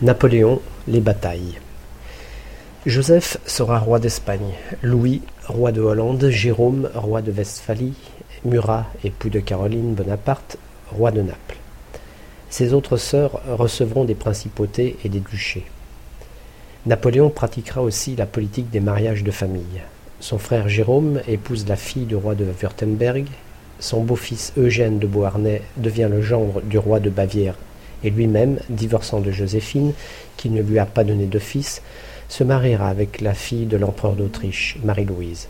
Napoléon, les batailles. Joseph sera roi d'Espagne, Louis, roi de Hollande, Jérôme, roi de Westphalie, Murat, époux de Caroline Bonaparte, roi de Naples. Ses autres sœurs recevront des principautés et des duchés. Napoléon pratiquera aussi la politique des mariages de famille. Son frère Jérôme épouse la fille du roi de Wurtemberg, son beau-fils Eugène de Beauharnais devient le gendre du roi de Bavière, et lui-même, divorçant de Joséphine, qui ne lui a pas donné de fils, se mariera avec la fille de l'empereur d'Autriche, Marie-Louise.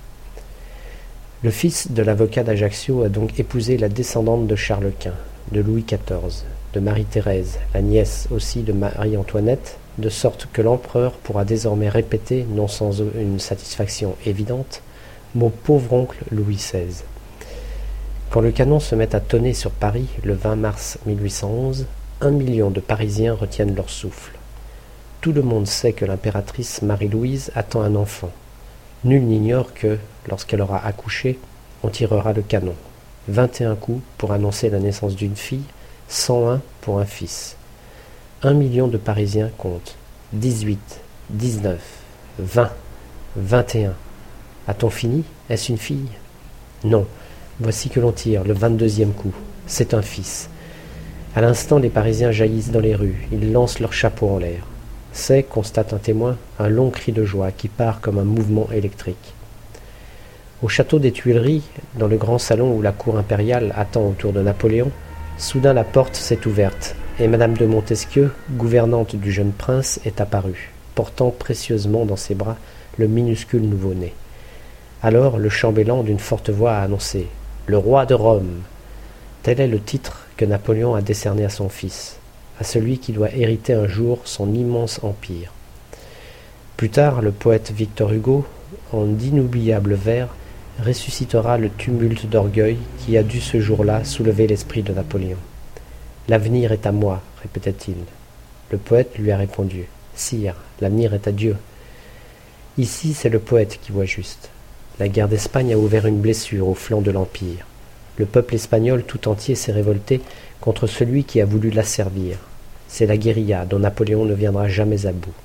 Le fils de l'avocat d'Ajaccio a donc épousé la descendante de Charles Quint, de Louis XIV, de Marie-Thérèse, la nièce aussi de Marie-Antoinette, de sorte que l'empereur pourra désormais répéter, non sans une satisfaction évidente, « Mon pauvre oncle Louis XVI ». Quand le canon se met à tonner sur Paris le 20 mars 1811, 1 million de Parisiens retiennent leur souffle. Tout le monde sait que l'impératrice Marie-Louise attend un enfant. Nul n'ignore que, lorsqu'elle aura accouché, on tirera le canon. 21 coups pour annoncer la naissance d'une fille, 101 pour un fils. 1 million de Parisiens comptent. 18, 19, 20, 21. A-t-on fini? Est-ce une fille? Non. Voici que l'on tire le 22e coup. C'est un fils. À l'instant, les Parisiens jaillissent dans les rues. Ils lancent leurs chapeaux en l'air. C'est, constate un témoin, un long cri de joie qui part comme un mouvement électrique. Au château des Tuileries, dans le grand salon où la cour impériale attend autour de Napoléon, soudain la porte s'est ouverte, et Madame de Montesquieu, gouvernante du jeune prince, est apparue, portant précieusement dans ses bras le minuscule nouveau-né. Alors le chambellan d'une forte voix a annoncé « Le roi de Rome ». Tel est le titre que Napoléon a décerné à son fils, à celui qui doit hériter un jour son immense empire. Plus tard, le poète Victor Hugo, en d'inoubliables vers, ressuscitera le tumulte d'orgueil qui a dû ce jour-là soulever l'esprit de Napoléon. « L'avenir est à moi », répétait-il. Le poète lui a répondu « Sire, l'avenir est à Dieu ». Ici, c'est le poète qui voit juste. La guerre d'Espagne a ouvert une blessure au flanc de l'Empire. Le peuple espagnol tout entier s'est révolté contre celui qui a voulu l'asservir. C'est la guérilla dont Napoléon ne viendra jamais à bout.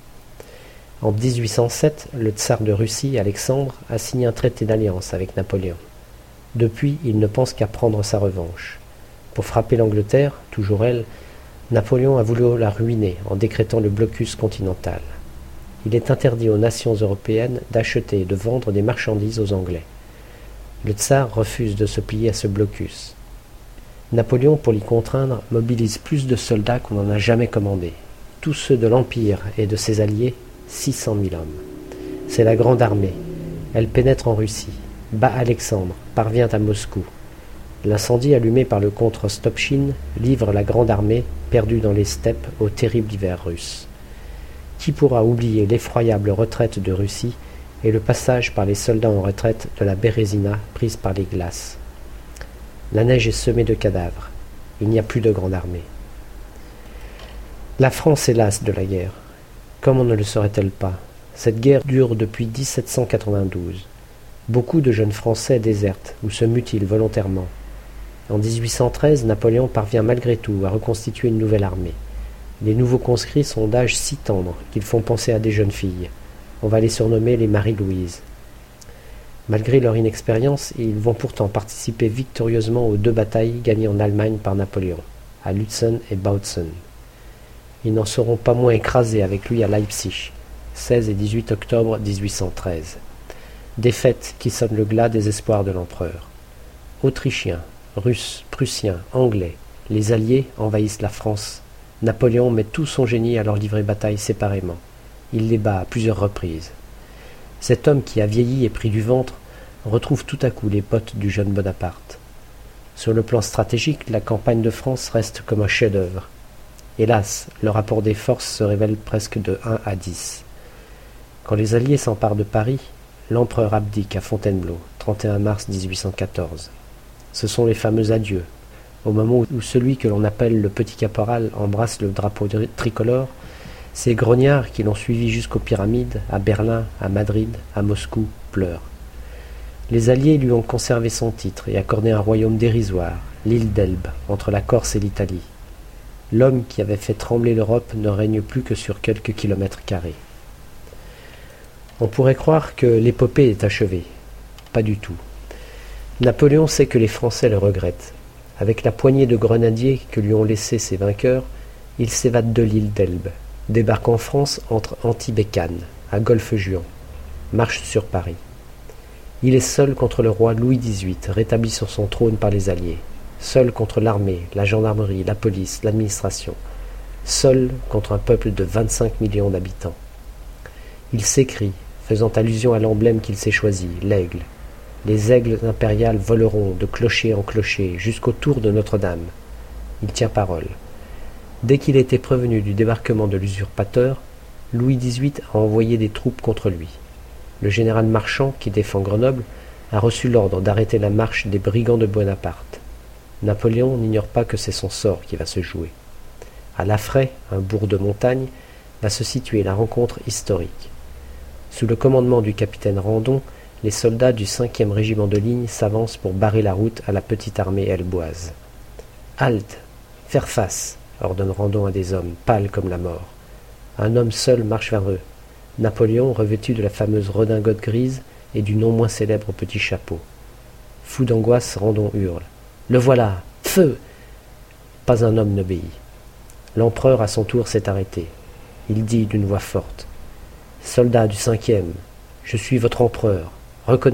En 1807, le tsar de Russie, Alexandre, a signé un traité d'alliance avec Napoléon. Depuis, il ne pense qu'à prendre sa revanche. Pour frapper l'Angleterre, toujours elle, Napoléon a voulu la ruiner en décrétant le blocus continental. Il est interdit aux nations européennes d'acheter et de vendre des marchandises aux Anglais. Le tsar refuse de se plier à ce blocus. Napoléon, pour l'y contraindre, mobilise plus de soldats qu'on n'en a jamais commandé. Tous ceux de l'Empire et de ses alliés, 600 000 hommes. C'est la grande armée. Elle pénètre en Russie, bat Alexandre, parvient à Moscou. L'incendie allumé par le comte Rostopchine livre la grande armée, perdue dans les steppes, au terrible hiver russe. Qui pourra oublier l'effroyable retraite de Russie et le passage par les soldats en retraite de la Bérésina prise par les glaces? La neige est semée de cadavres. Il n'y a plus de grande armée. La France est lasse de la guerre. Comment ne le serait-elle pas? Cette guerre dure depuis 1792. Beaucoup de jeunes Français désertent ou se mutilent volontairement. En 1813, Napoléon parvient malgré tout à reconstituer une nouvelle armée. Les nouveaux conscrits sont d'âge si tendre qu'ils font penser à des jeunes filles. On va les surnommer les Marie-Louise. Malgré leur inexpérience, ils vont pourtant participer victorieusement aux 2 batailles gagnées en Allemagne par Napoléon, à Lutzen et Bautzen. Ils n'en seront pas moins écrasés avec lui à Leipzig, 16 et 18 octobre 1813. Défaite qui sonne le glas des espoirs de l'empereur. Autrichiens, Russes, Prussiens, Anglais, les Alliés envahissent la France. Napoléon met tout son génie à leur livrer bataille séparément. Il les bat à plusieurs reprises. Cet homme qui a vieilli et pris du ventre retrouve tout à coup les bottes du jeune Bonaparte. Sur le plan stratégique, la campagne de France reste comme un chef-d'œuvre. Hélas, le rapport des forces se révèle presque de 1 à 10. Quand les Alliés s'emparent de Paris, l'empereur abdique à Fontainebleau, 31 mars 1814. Ce sont les fameux adieux. Au moment où celui que l'on appelle le petit caporal embrasse le drapeau tricolore, ces grognards qui l'ont suivi jusqu'aux pyramides, à Berlin, à Madrid, à Moscou, pleurent. Les Alliés lui ont conservé son titre et accordé un royaume dérisoire, l'île d'Elbe, entre la Corse et l'Italie. L'homme qui avait fait trembler l'Europe ne règne plus que sur quelques kilomètres carrés. On pourrait croire que l'épopée est achevée. Pas du tout. Napoléon sait que les Français le regrettent. Avec la poignée de grenadiers que lui ont laissés ses vainqueurs, il s'évade de l'île d'Elbe, débarque en France entre Antibes et Cannes, à Golfe-Juan, marche sur Paris. Il est seul contre le roi Louis XVIII, rétabli sur son trône par les Alliés, seul contre l'armée, la gendarmerie, la police, l'administration, seul contre un peuple de 25 millions d'habitants. Il s'écrie, faisant allusion à l'emblème qu'il s'est choisi, l'aigle. Les aigles impériales voleront de clocher en clocher jusqu'au tour de Notre-Dame. Il tient parole. Dès qu'il était prévenu du débarquement de l'usurpateur, Louis XVIII a envoyé des troupes contre lui. Le général Marchand, qui défend Grenoble, a reçu l'ordre d'arrêter la marche des brigands de Bonaparte. Napoléon n'ignore pas que c'est son sort qui va se jouer. À Laffray, un bourg de montagne, va se situer la rencontre historique. Sous le commandement du capitaine Randon, les soldats du 5e régiment de ligne s'avancent pour barrer la route à la petite armée helboise. « Halte! Faire face !» ordonne Randon à des hommes, pâles comme la mort. Un homme seul marche vers eux. Napoléon, revêtu de la fameuse redingote grise et du non moins célèbre petit chapeau. Fou d'angoisse, Randon hurle. « Le voilà! Feu !» Pas un homme n'obéit. L'empereur, à son tour, s'est arrêté. Il dit d'une voix forte. « Soldats du 5e, je suis votre empereur. Reconnaissez-moi. »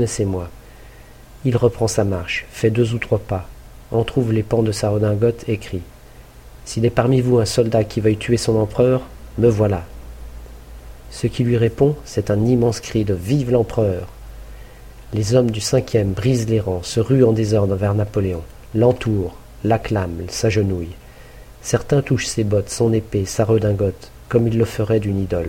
Il reprend sa marche, fait 2 ou 3 pas, entr'ouvre les pans de sa redingote et crie. « S'il est parmi vous un soldat qui veuille tuer son empereur, me voilà. » Ce qui lui répond, c'est un immense cri de « Vive l'empereur !» Les hommes du 5e brisent les rangs, se ruent en désordre vers Napoléon, l'entourent, l'acclament, s'agenouillent. Certains touchent ses bottes, son épée, sa redingote, comme ils le feraient d'une idole.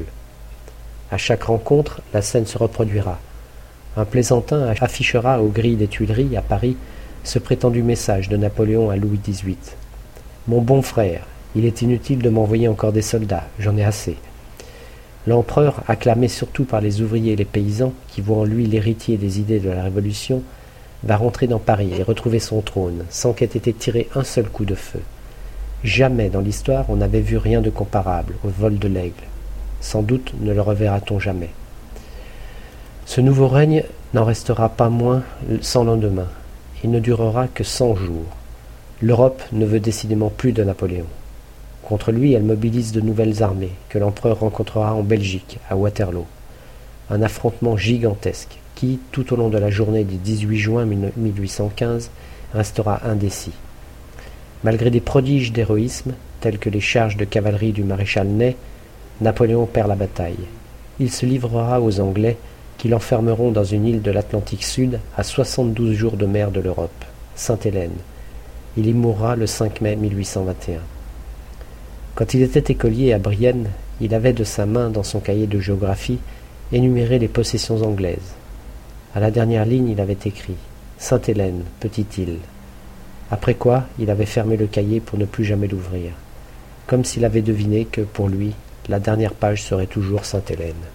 À chaque rencontre, la scène se reproduira. Un plaisantin affichera aux grilles des Tuileries, à Paris, ce prétendu message de Napoléon à Louis XVIII. « Mon bon frère, il est inutile de m'envoyer encore des soldats, j'en ai assez. » L'empereur, acclamé surtout par les ouvriers et les paysans, qui voient en lui l'héritier des idées de la Révolution, va rentrer dans Paris et retrouver son trône, sans qu'ait été tiré un seul coup de feu. Jamais dans l'histoire on n'avait vu rien de comparable au vol de l'aigle. Sans doute ne le reverra-t-on jamais. Ce nouveau règne n'en restera pas moins sans lendemain. Il ne durera que 100 jours. L'Europe ne veut décidément plus de Napoléon. Contre lui, elle mobilise de nouvelles armées, que l'empereur rencontrera en Belgique, à Waterloo. Un affrontement gigantesque, qui, tout au long de la journée du 18 juin 1815, restera indécis. Malgré des prodiges d'héroïsme, tels que les charges de cavalerie du maréchal Ney, Napoléon perd la bataille. Il se livrera aux Anglais, qui l'enfermeront dans une île de l'Atlantique Sud, à 72 jours de mer de l'Europe, Sainte-Hélène. Il y mourra le 5 mai 1821. Quand il était écolier à Brienne, il avait de sa main, dans son cahier de géographie, énuméré les possessions anglaises. À la dernière ligne, il avait écrit « Sainte-Hélène, petite île ». Après quoi, il avait fermé le cahier pour ne plus jamais l'ouvrir, comme s'il avait deviné que, pour lui, la dernière page serait toujours Sainte-Hélène.